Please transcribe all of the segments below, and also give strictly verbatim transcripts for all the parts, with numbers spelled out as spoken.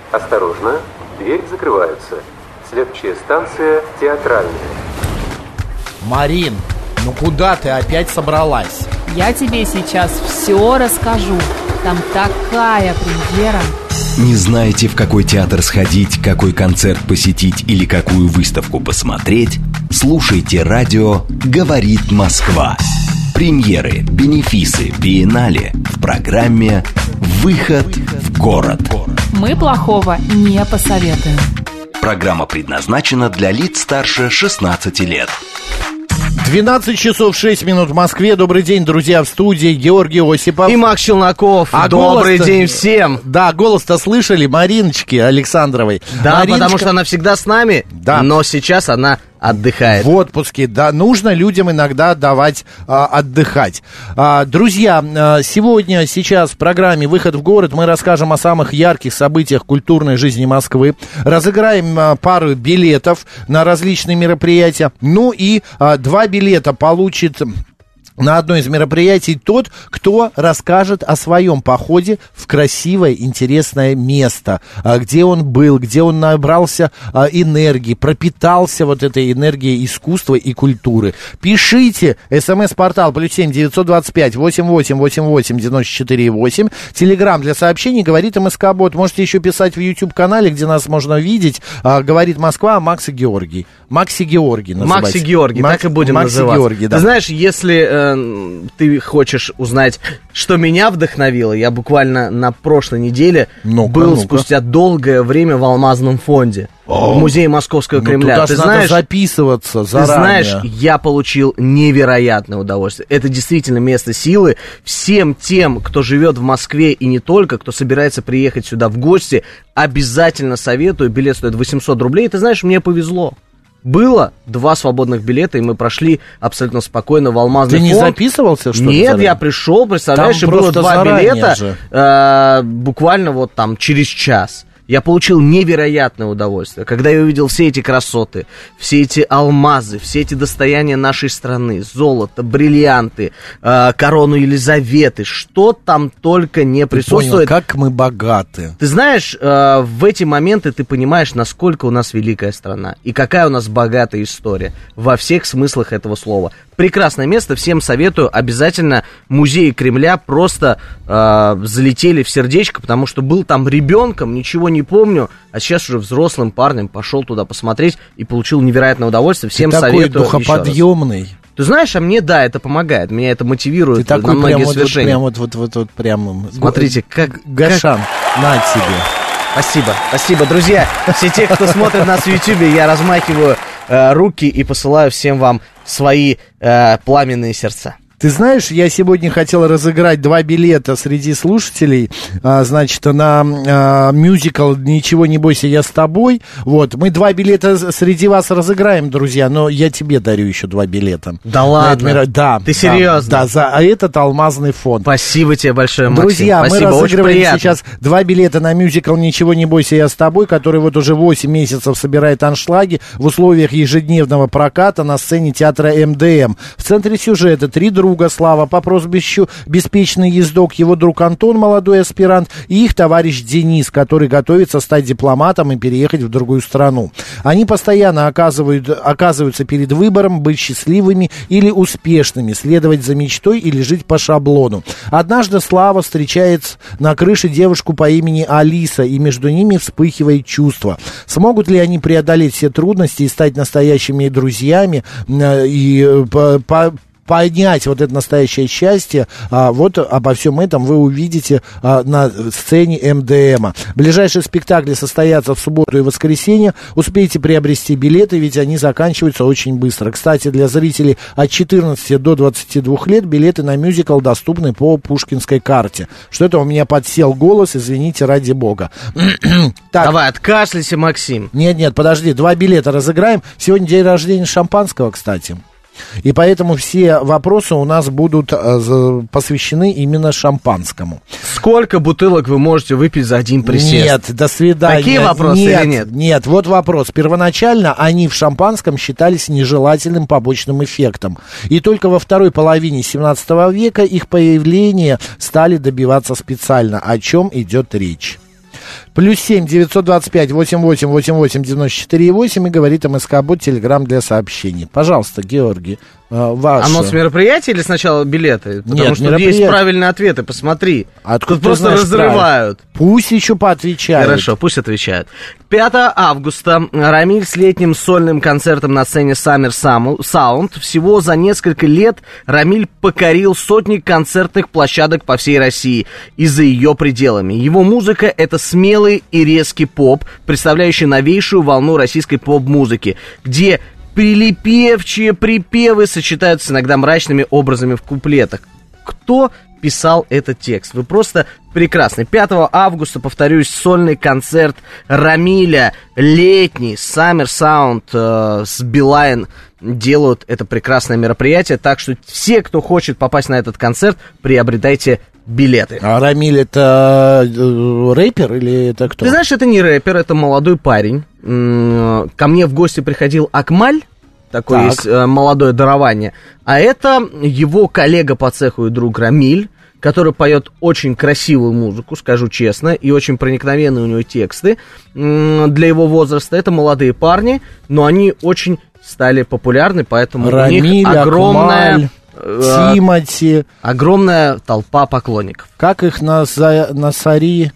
Осторожно, дверь закрывается. Следующая станция Театральная. Марин, ну куда ты опять собралась? Я тебе сейчас все расскажу. Там такая премьера. Не знаете, в какой театр сходить, какой концерт посетить или какую выставку посмотреть? Слушайте радио «Говорит Москва». Премьеры, бенефисы, биеннале в программе «Выход в город». Мы плохого не посоветуем. Программа предназначена для лиц старше шестнадцати лет. двенадцать часов шесть минут в Москве. Добрый день, друзья, в студии Георгий Осипов и Макс Челноков. А добрый день всем. Да, голос-то слышали Мариночки Александровой. Да, Мариночка... потому что она всегда с нами, да. Но сейчас она отдыхает. В отпуске, да, нужно людям иногда давать а, отдыхать. А, друзья, а, сегодня, сейчас в программе «Выход в город» мы расскажем о самых ярких событиях культурной жизни Москвы, разыграем а, пару билетов на различные мероприятия, ну и а, два билета получит... на одно из мероприятий тот, кто расскажет о своем походе в красивое, интересное место, где он был, где он набрался энергии, пропитался вот этой энергией искусства и культуры. Пишите. СМС-портал плюс семь девятьсот двадцать пять восемьдесят восемь восемьдесят восемь девяносто четыре восемь. Телеграм для сообщений «Говорит МСК-бот». Можете еще писать в YouTube-канале, где нас можно видеть. «Говорит Москва», Макс и Георгий. Макс и Георгий называется. Макс и Георгий, Макс, так и будем Макс называть. И Георгий, да. Ты знаешь, если... ты хочешь узнать, что меня вдохновило, я буквально на прошлой неделе ну-ка, был ну-ка. спустя долгое время в Алмазном фонде, О, в музее Московского Кремля. Ну, туда ты надо знаешь, записываться заранее. Ты знаешь, я получил невероятное удовольствие. Это действительно место силы. Всем тем, кто живет в Москве и не только, кто собирается приехать сюда в гости, обязательно советую. Билет стоит восемьсот рублей. Ты знаешь, мне повезло. Было два свободных билета, и мы прошли абсолютно спокойно в Алмазный фонд. Ты не записывался, что ли? Нет, заранее? Я пришел, представляешь, там и было два билета э, буквально вот там через час. Я получил невероятное удовольствие, когда я увидел все эти красоты, все эти алмазы, все эти достояния нашей страны, золото, бриллианты, э, корону Елизаветы, что там только не присутствует. Ты понял, как мы богаты. Ты знаешь, э, в эти моменты ты понимаешь, насколько у нас великая страна и какая у нас богатая история во всех смыслах этого слова. Прекрасное место, всем советую, обязательно музей Кремля просто э, залетели в сердечко, потому что был там ребенком, ничего не помню, а сейчас уже взрослым парнем пошел туда посмотреть и получил невероятное удовольствие. Всем Ты советую. Такой духоподъемный. Ты знаешь, а мне, да, это помогает, меня это мотивирует Ты на многие прям свершения. Вот, вот, вот, вот, вот прям... Смотрите, как... Гашан, как... на тебе. Спасибо, спасибо, друзья. Все те, кто смотрит нас в Ютьюбе, я размахиваю э, руки и посылаю всем вам свои э, пламенные сердца. Ты знаешь, я сегодня хотел разыграть два билета среди слушателей, а, значит, на а, мюзикл «Ничего не бойся, я с тобой». Вот, мы два билета среди вас разыграем, друзья, но я тебе дарю еще два билета. Да ладно? Мир... Да. Ты да, серьезно? Да, за... а этот Алмазный фонд. Спасибо тебе большое, Максим. Друзья, Спасибо, мы разыгрываем сейчас два билета на мюзикл «Ничего не бойся, я с тобой», который вот уже восемь месяцев собирает аншлаги в условиях ежедневного проката на сцене театра эм дэ эм. В центре сюжета три друга. Слава по прозвищу «Беспечный ездок», его друг Антон, молодой аспирант, и их товарищ Денис, который готовится стать дипломатом и переехать в другую страну. Они постоянно оказывают, оказываются перед выбором быть счастливыми или успешными, следовать за мечтой или жить по шаблону. Однажды Слава встречает на крыше девушку по имени Алиса, и между ними вспыхивает чувство. Смогут ли они преодолеть все трудности и стать настоящими друзьями и по, по поднять вот это настоящее счастье, а, вот обо всем этом вы увидите а, на сцене эм дэ эма. Ближайшие спектакли состоятся в субботу и воскресенье. Успейте приобрести билеты, ведь они заканчиваются очень быстро. Кстати, для зрителей от четырнадцати до двадцати двух лет билеты на мюзикл доступны по пушкинской карте. Что это у меня подсел голос, извините, ради бога. Так. Давай, откашляйся, Максим. Нет, нет, подожди, два билета разыграем. Сегодня день рождения шампанского, кстати. И поэтому все вопросы у нас будут э, посвящены именно шампанскому. Сколько бутылок вы можете выпить за один присест? Нет, до свидания. Такие вопросы нет, или нет? Нет, вот вопрос. Первоначально они в шампанском считались нежелательным побочным эффектом. И только во второй половине семнадцатого века их появления стали добиваться специально. О чем идет речь? Плюс семь девятьсот двадцать пять восемьдесят восемь восемьдесят восемь девяносто четыре восемь и говорит МСК-бот, телеграм для сообщений. Пожалуйста, Георгий, ваше. Анонс мероприятия или сначала билеты? Потому Нет, что мероприятие. есть правильные ответы, посмотри. Откуда Тут ты просто знаешь разрывают. правильно? Пусть еще поотвечают. Хорошо, пусть отвечают. пятого августа Рамиль с летним сольным концертом на сцене Summer Sound. Всего за несколько лет Рамиль покорил сотни концертных площадок по всей России и за ее пределами. Его музыка — это смелый и резкий поп, представляющий новейшую волну российской поп-музыки, где прилипевчие припевы сочетаются с иногда мрачными образами в куплетах. Кто писал этот текст? Вы просто прекрасны. пятого августа, повторюсь, сольный концерт Рамиля, летний, Summer Sound э, с Билайн делают это прекрасное мероприятие. Так что все, кто хочет попасть на этот концерт, приобретайте билеты. А Рамиль это э, рэпер или это кто? Ты знаешь, это не рэпер, это молодой парень. М-м, ко мне в гости приходил Акмаль, такое Так. есть э, молодое дарование. А это его коллега по цеху и друг Рамиль, который поет очень красивую музыку, скажу честно, и очень проникновенные у него тексты м-м, для его возраста. Это молодые парни, но они очень стали популярны, поэтому Рамиль, у них огромная... Акмаль, Тимати. Огромная толпа поклонников. Как их на, на Сари?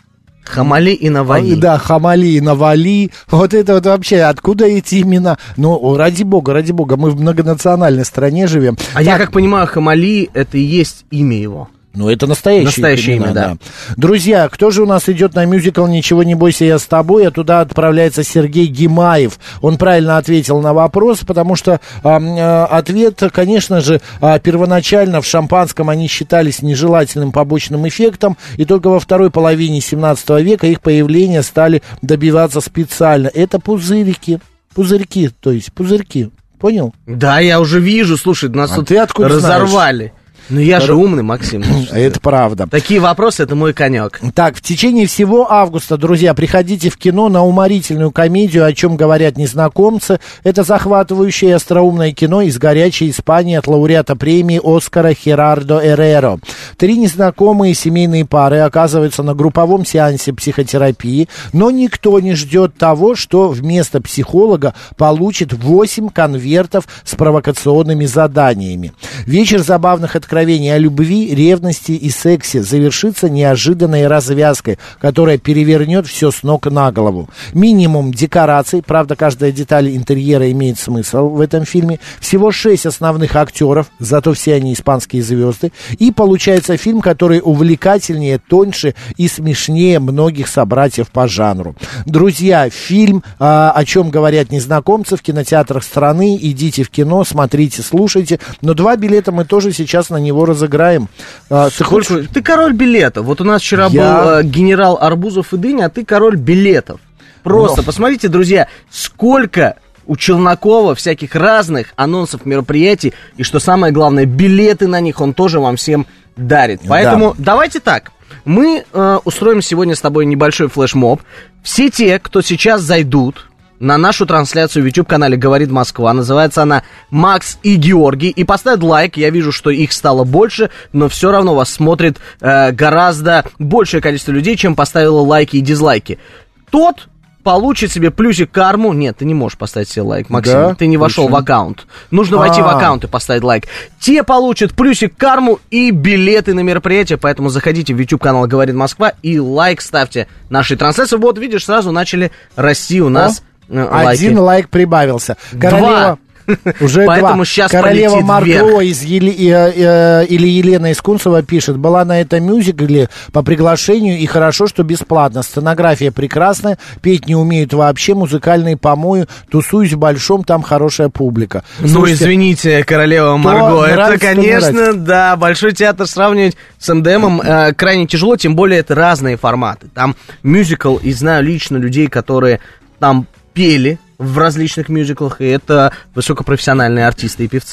Хамали и Навали. А, да, Хамали и Навали. Вот это вот вообще, откуда эти имена? Ну, ради бога, ради бога, мы в многонациональной стране живем. А так, я как понимаю, Хамали — это и есть имя его. Ну, это настоящее, настоящее имя, да. да. Друзья, кто же у нас идет на мюзикл «Ничего не бойся, я с тобой», а туда отправляется Сергей Гимаев. Он правильно ответил на вопрос, потому что э, э, ответ, конечно же, э, первоначально в шампанском они считались нежелательным побочным эффектом, и только во второй половине семнадцатого века их появления стали добиваться специально. Это пузырики, пузырьки, то есть пузырьки, понял? Да, я уже вижу, слушай, нас А тут ты откуда разорвали. знаешь? Ну, я же умный, Максим. Это правда. Такие вопросы — это мой конек. Так, в течение всего августа, друзья, приходите в кино на уморительную комедию «О чем говорят незнакомцы». Это захватывающее и остроумное кино из горячей Испании от лауреата премии Оскара Херардо Эрреро. Три незнакомые семейные пары оказываются на групповом сеансе психотерапии, но никто не ждет того, что вместо психолога получит восемь конвертов с провокационными заданиями. Вечер забавных откровений о любви, ревности и сексе завершится неожиданной развязкой, которая перевернет все с ног на голову. Минимум декораций, правда, каждая деталь интерьера имеет смысл в этом фильме. Всего шесть основных актеров, зато все они испанские звезды. И получается фильм, который увлекательнее, тоньше и смешнее многих собратьев по жанру. Друзья, фильм а, «О чем говорят незнакомцы» в кинотеатрах страны. Идите в кино, смотрите, слушайте. Но два билета мы тоже сейчас на него разыграем. А, ты, Сколько... хочешь... ты король билетов. Вот у нас вчера Я... был э, генерал Арбузов и Дыня, а ты король билетов. Просто Но... посмотрите, друзья, сколько у Челнокова всяких разных анонсов мероприятий, и что самое главное, билеты на них он тоже вам всем дарит. Поэтому да. давайте так. Мы э, устроим сегодня с тобой небольшой флешмоб. Все те, кто сейчас зайдут на нашу трансляцию в YouTube-канале «Говорит Москва», называется она «Макс и Георгий», и поставят лайк. Я вижу, что их стало больше, но все равно вас смотрит э, гораздо большее количество людей, чем поставило лайки и дизлайки. Тот получит себе плюсик карму. Нет, ты не можешь поставить себе лайк, Максим. Да? Ты не вошел Почему? в аккаунт. Нужно войти А-а-а. в аккаунт и поставить лайк. Те получат плюсик карму и билеты на мероприятие. Поэтому заходите в YouTube-канал «Говорит Москва» и лайк ставьте нашей трансляции. Вот, видишь, сразу начали расти у нас лайки. Один лайк прибавился. Королева... Уже Поэтому два. Сейчас Королева Марго вверх. из Ели, э, э, или Елена из Кунцева пишет: была на этом мюзикле по приглашению, и хорошо, что бесплатно. Сценография прекрасная, петь не умеют вообще, музыкальные помои, тусуюсь в Большом, там хорошая публика. Ну, Слушайте, извините, Королева Марго, это, нравится, конечно, да, Большой театр сравнивать с эм дэ эм э, крайне тяжело, тем более это разные форматы. Там мюзикл, и знаю лично людей, которые там пели в различных мюзиклах, и это высокопрофессиональные артисты и певцы.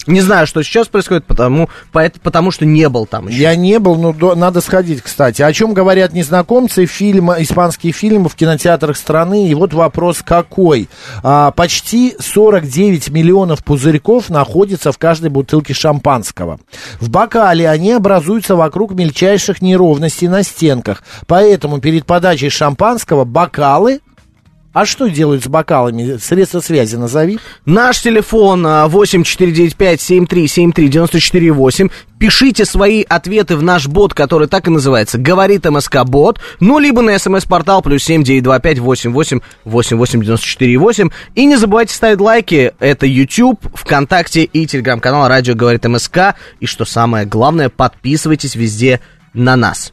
Не знаю, что сейчас происходит, потому, потому что не был там еще. Я не был, но до, надо сходить, кстати. О чем говорят незнакомцы? Фильм, испанские фильмы в кинотеатрах страны. И вот вопрос какой. А, почти сорок девять миллионов пузырьков находится в каждой бутылке шампанского. В бокале они образуются вокруг мельчайших неровностей на стенках. Поэтому перед подачей шампанского бокалы... А что делают с бокалами? Средства связи назови. Наш телефон восемь четыре девять пять семь три семь три девять четыре восемь. Пишите свои ответы в наш бот, который так и называется «Говорит МСК Бот», ну, либо на смс-портал плюс семь девять два пять восемь восемь восемь восемь девять четыре восемь. И не забывайте ставить лайки. Это YouTube, ВКонтакте и телеграм-канал «Радио Говорит МСК». И что самое главное, подписывайтесь везде на нас.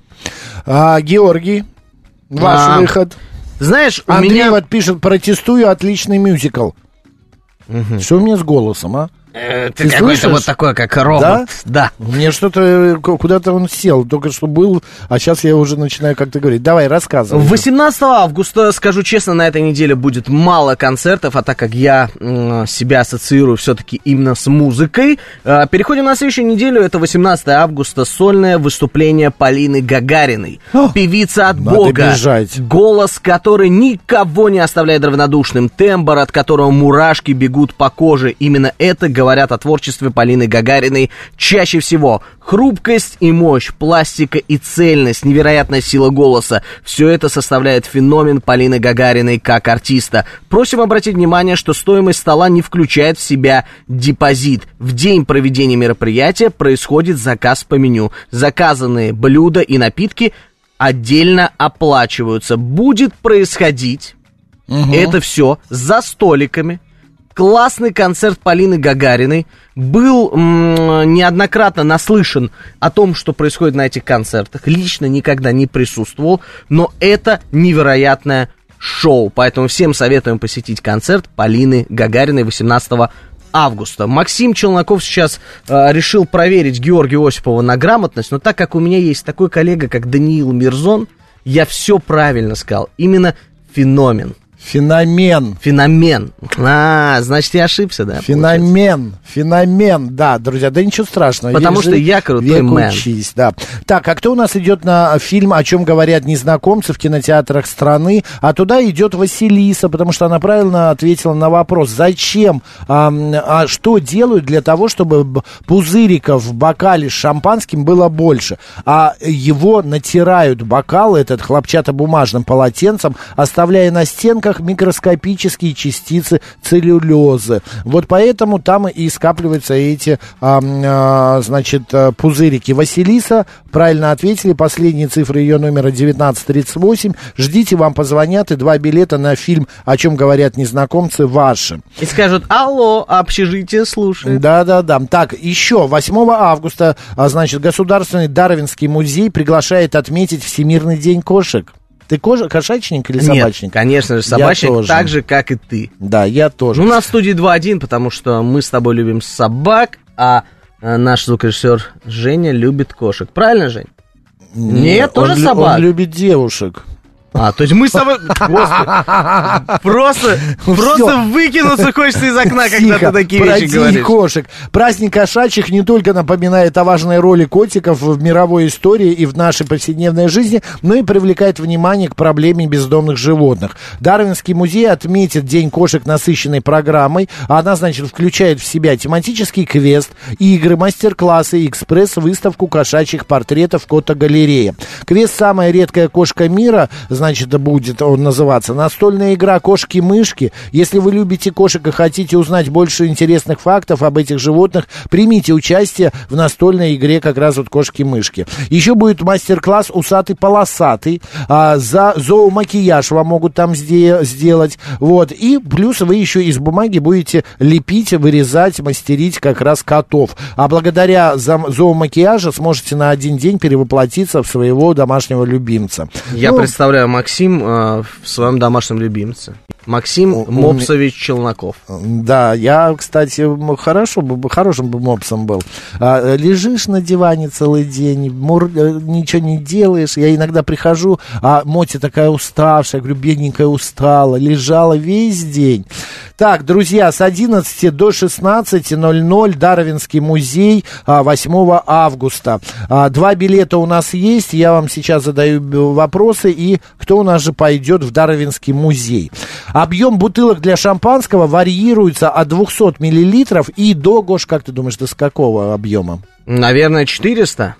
А, Георгий, ваш а... выход. Знаешь, у Андрей меня... вот пишет: протестую, отличный мюзикл. Угу. Что у меня с голосом, а? Э, ты, ты какой-то вот такой, как робот. Да? Да. Мне что-то, куда-то он сел, только что был, а сейчас я уже начинаю как-то говорить. Давай, рассказывай. восемнадцатого августа, скажу честно, на этой неделе будет мало концертов, а так как я м, себя ассоциирую все-таки именно с музыкой, э, переходим на следующую неделю, это восемнадцатого августа, сольное выступление Полины Гагариной. О, певица от надо Бога, бежать. Голос, который никого не оставляет равнодушным, тембр, от которого мурашки бегут по коже. Именно это говорят о творчестве Полины Гагариной чаще всего. Хрупкость и мощь, пластика и цельность, невероятная сила голоса. Все это составляет феномен Полины Гагариной как артиста. Просим обратить внимание, что стоимость стола не включает в себя депозит. В день проведения мероприятия происходит заказ по меню. Заказанные блюда и напитки отдельно оплачиваются. Будет происходить угу. это все за столиками. Классный концерт Полины Гагариной. Был м- неоднократно наслышан о том, что происходит на этих концертах. Лично никогда не присутствовал, но это невероятное шоу. Поэтому всем советуем посетить концерт Полины Гагариной восемнадцатого августа. Максим Челноков сейчас э, решил проверить Георгия Осипова на грамотность, но так как у меня есть такой коллега, как Даниил Мирзон, я все правильно сказал. Именно феномен. Феномен. Феномен. А, значит, я ошибся, да? Феномен. Получается? Феномен, да, друзья, да ничего страшного. Потому век что я крутой мэн. Учись, да. Так, а кто у нас идет на фильм «О чем говорят незнакомцы» в кинотеатрах страны? А туда идет Василиса, потому что она правильно ответила на вопрос, зачем, а, а что делают для того, чтобы пузыриков в бокале с шампанским было больше. А его натирают бокал этот хлопчатобумажным полотенцем, оставляя на стенках микроскопические частицы целлюлезы. Вот поэтому там и скапливаются эти, а, а, значит, пузырики. Василиса, правильно ответили, последние цифры ее номера девятнадцать тридцать восемь. Ждите, вам позвонят, и два билета на фильм «О чем говорят незнакомцы» ваши. И скажут: алло, общежитие слушает. Да-да-да. Так, еще восьмого августа, а, значит, Государственный Дарвинский музей приглашает отметить Всемирный день кошек. Ты кожа, кошачник или собачник? Нет, конечно же, собачник, так же, как и ты. Да, я тоже. Ну, у нас в студии два один, потому что мы с тобой любим собак, а наш звукорежиссер Женя любит кошек. Правильно, Жень? Нет, Нет тоже он, собак. Он любит девушек. А, то есть мы с тобой... Господи. Просто, просто выкинуться хочется из окна, когда ты такие вещи говоришь. Кошек. Праздник кошачьих не только напоминает о важной роли котиков в мировой истории и в нашей повседневной жизни, но и привлекает внимание к проблеме бездомных животных. Дарвинский музей отметит День кошек насыщенной программой. Она, значит, включает в себя тематический квест, игры, мастер-классы, экспресс-выставку кошачьих портретов фотогалерея. Квест «Самая редкая кошка мира», значит, будет он называться «Настольная игра кошки-мышки». Если вы любите кошек и хотите узнать больше интересных фактов об этих животных, примите участие в настольной игре как раз вот кошки-мышки. Еще будет мастер-класс «Усатый-полосатый». А, за зоомакияж вам могут там сде- сделать. Вот. И плюс вы еще из бумаги будете лепить, вырезать, мастерить как раз котов. А благодаря зо- зоомакияжу сможете на один день перевоплотиться в своего домашнего любимца. Я ну, представляю Максим э, в своем домашнем любимце. Максим у, Мопсович Челноков. Да, я, кстати, хорошо бы, хорошим бы мопсом был. А, лежишь на диване целый день, мур, ничего не делаешь. Я иногда прихожу, а Мотя такая уставшая, я говорю, бедненькая устала, лежала весь день. Так, друзья, с одиннадцати до шестнадцати ноль ноль Дарвинский музей, восьмого августа. Два билета у нас есть, я вам сейчас задаю вопросы, и кто у нас же пойдет в Дарвинский музей. Объем бутылок для шампанского варьируется от двухсот миллилитров и до, Гош, как ты думаешь, до с какого объема? Наверное, четыреста.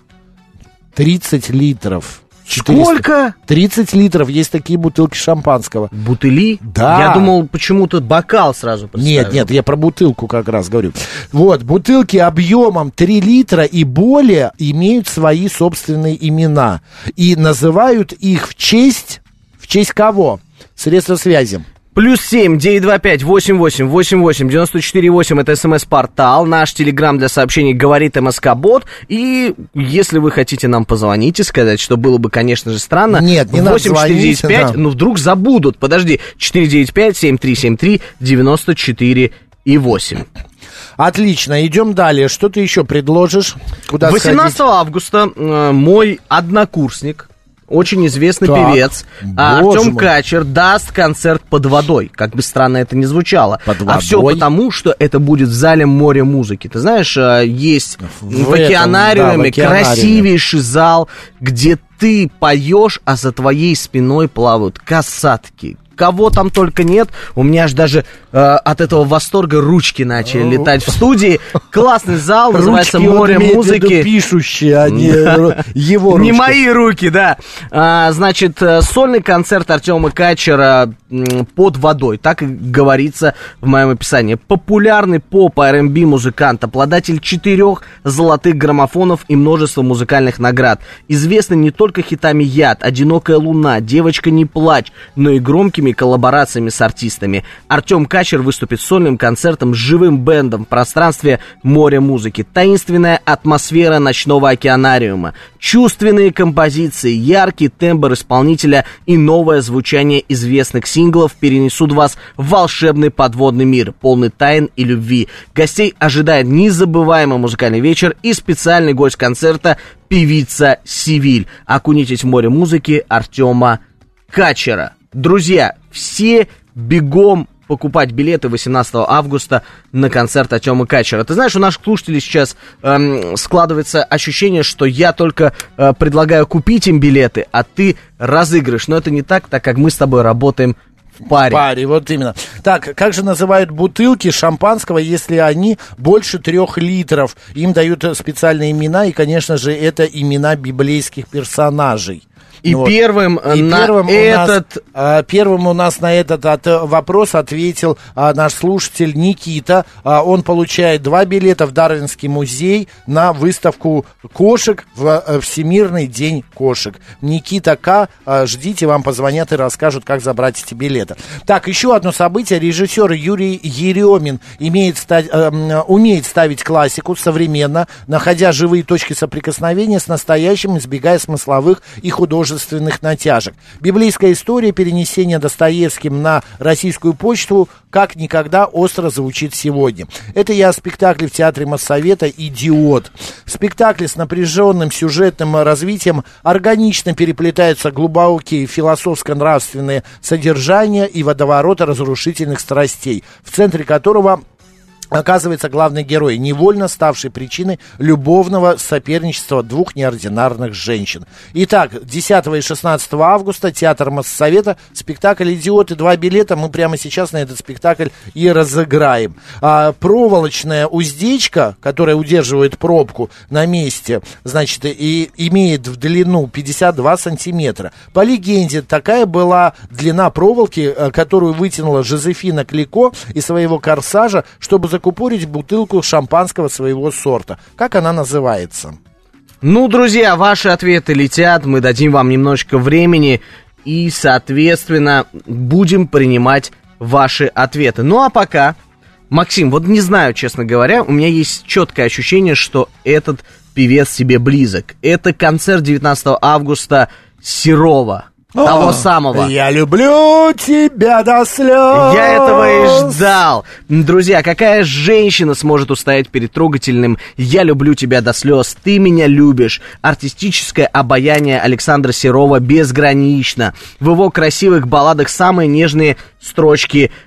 тридцать литров. четыреста. Сколько? тридцать литров, есть такие бутылки шампанского. Бутыли? Да. Я думал, почему-то бокал сразу представил. Нет, нет, я про бутылку как раз говорю. Вот, бутылки объемом три литра и более имеют свои собственные имена. И называют их в честь... В честь кого? Средства связи. Плюс семь, девять два пять, восемь восемь, восемь восемь, девяносто четыре восемь, это смс-портал, наш телеграм для сообщений говорит МСК-бот, и если вы хотите нам позвонить и сказать, что было бы, конечно же, странно, нет, не восемь четыре девять пять, да. ну вдруг забудут, подожди, четыре девять пять, семь три семь три, девяносто четыре и восемь. Отлично, идем далее, что ты еще предложишь? Куда восемнадцатого сходить? августа э, мой однокурсник, очень известный так, певец Артем Качер даст концерт под водой. Как бы странно это ни звучало. Под а все потому, что это будет в зале «Море музыки». Ты знаешь, есть в, в океанариуме да, красивейший зал, где ты поешь, а за твоей спиной плавают касатки. Кого там только нет. У меня аж даже э, от этого восторга ручки начали летать в студии. Классный зал, называется «Море музыки». Пишущие, а не его ручки. Не мои руки, да. А, значит, сольный концерт Артема Качера под водой, так и говорится в моем описании. Популярный поп ар энд би музыкант, обладатель четырех золотых граммофонов и множества музыкальных наград. Известный не только хитами «Яд», «Одинокая луна», «Девочка, не плачь», но и громкими коллаборациями с артистами. Артем Качер выступит с сольным концертом с живым бэндом в пространстве «Море музыки». Таинственная атмосфера ночного океанариума, чувственные композиции, яркий тембр исполнителя и новое звучание известных синглов перенесут вас в волшебный подводный мир, полный тайн и любви. Гостей ожидает незабываемый музыкальный вечер и специальный гость концерта — певица Севиль. Окунитесь в море музыки Артема Качера. Друзья, все бегом покупать билеты восемнадцатого августа на концерт Артема Качера. Ты знаешь, у наших слушателей сейчас эм, складывается ощущение, что я только э, предлагаю купить им билеты, а ты разыгрываешь. Но это не так, так как мы с тобой работаем в паре. В паре, вот именно. Так, как же называют бутылки шампанского, если они больше трех литров? Им дают специальные имена, и, конечно же, это имена библейских персонажей. И вот. первым и на первым этот... У нас, а, первым у нас на этот от, вопрос ответил а, наш слушатель Никита. А, он получает два билета в Дарвинский музей на выставку кошек в а, Всемирный день кошек. Никита К. А, ждите, вам позвонят и расскажут, как забрать эти билеты. Так, еще одно событие. Режиссер Юрий Еремин имеет стать, а, умеет ставить классику современно, находя живые точки соприкосновения с настоящим, избегая смысловых и художественных натяжек. Библейская история перенесения Достоевским на российскую почту как никогда остро звучит сегодня. Это я о спектакле в Театре Моссовета «Идиот». Спектакли с напряженным сюжетным развитием органично переплетаются глубокие философско-нравственные содержания и водовороты разрушительных страстей, в центре которого оказывается главный герой, невольно ставший причиной любовного соперничества двух неординарных женщин. Итак, десятого и шестнадцатого августа Театр Моссовета, спектакль «Идиоты», два билета, мы прямо сейчас на этот спектакль и разыграем. А, проволочная уздечка, которая удерживает пробку на месте, значит, и имеет в длину пятьдесят два сантиметра. По легенде, такая была длина проволоки, которую вытянула Жозефина Клико из своего корсажа, чтобы закупорить бутылку шампанского своего сорта. Как она называется? Ну, друзья, ваши ответы летят, мы дадим вам немножечко времени и, соответственно, будем принимать ваши ответы. Ну, а пока, Максим, вот не знаю, честно говоря, у меня есть четкое ощущение, что этот певец себе близок. Это концерт девятнадцатого августа Серова. Того самого. Я люблю тебя до слез. Я этого и ждал. Друзья, какая женщина сможет устоять перед трогательным «Я люблю тебя до слез», «Ты меня любишь». Артистическое обаяние Александра Серова безгранично. В его красивых балладах самые нежные строчки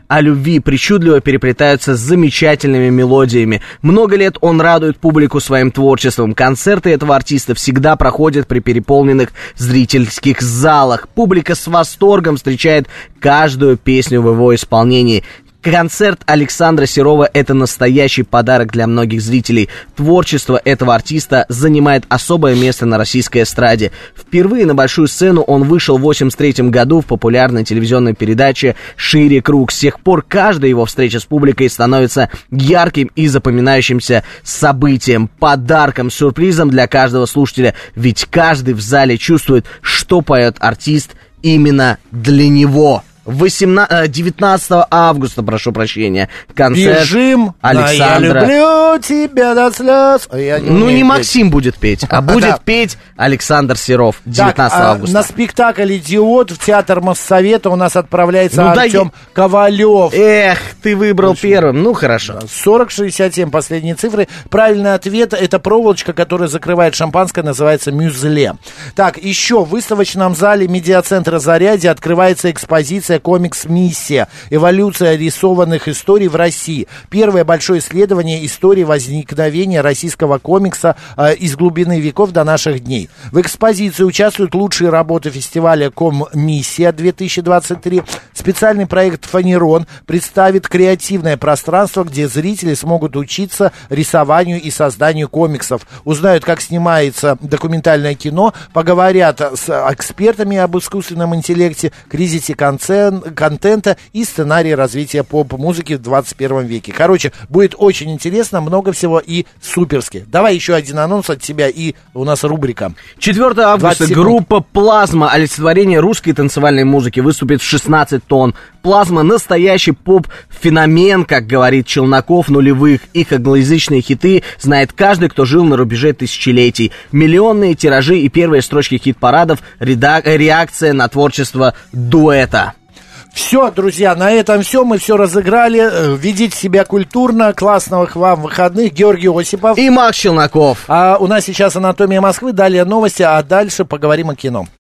о любви причудливо переплетаются с замечательными мелодиями. Много лет он радует публику своим творчеством. Концерты этого артиста всегда проходят при переполненных зрительских залах. Публика с восторгом встречает каждую песню в его исполнении. Концерт Александра Серова – это настоящий подарок для многих зрителей. Творчество этого артиста занимает особое место на российской эстраде. Впервые на большую сцену он вышел в восемьдесят третьем году в популярной телевизионной передаче «Шире круг». С тех пор каждая его встреча с публикой становится ярким и запоминающимся событием, подарком, сюрпризом для каждого слушателя. Ведь каждый в зале чувствует, что поет артист именно для него. девятнадцатого августа, прошу прощения, концерт Бежим, Александра. А я люблю тебя до слез. Я не ну, не петь. Максим будет петь, а будет петь Александр Серов девятнадцатого августа. На спектакль «Идиот» в театр Моссовета у нас отправляется ну, Артем да Ковалев. Эх, ты выбрал Очень. первым, ну хорошо. сорок шестьдесят семь последние цифры. Правильный ответ — это проволочка, которая закрывает шампанское, называется мюзле. Так, еще в выставочном зале медиацентра «Зарядье» открывается экспозиция «Комикс Миссия. Эволюция рисованных историй в России». Первое большое исследование истории возникновения российского комикса э, из глубины веков до наших дней. В экспозиции участвуют лучшие работы фестиваля «Ком-миссия» две тысячи двадцать три. Специальный проект «Фанерон» представит креативное пространство, где зрители смогут учиться рисованию и созданию комиксов, узнают, как снимается документальное кино, поговорят с экспертами об искусственном интеллекте, кризисе концерта, контента и сценарии развития поп-музыки в двадцать первом веке. Короче, будет очень интересно, много всего и суперски. Давай еще один анонс от тебя, и у нас рубрика. четвёртого августа группа «Плазма», олицетворение русской танцевальной музыки, выступит в шестнадцать тонн. «Плазма» — настоящий поп-феномен, как говорит Челноков, нулевых. Их англоязычные хиты знает каждый, кто жил на рубеже тысячелетий. Миллионные тиражи и первые строчки хит-парадов, реда- реакция на творчество дуэта. Все, друзья, на этом все. Мы все разыграли. Ведите себя культурно. Классных вам выходных. Георгий Осипов. И Макс Челноков. А у нас сейчас «Анатомия Москвы». Далее новости, а дальше поговорим о кино.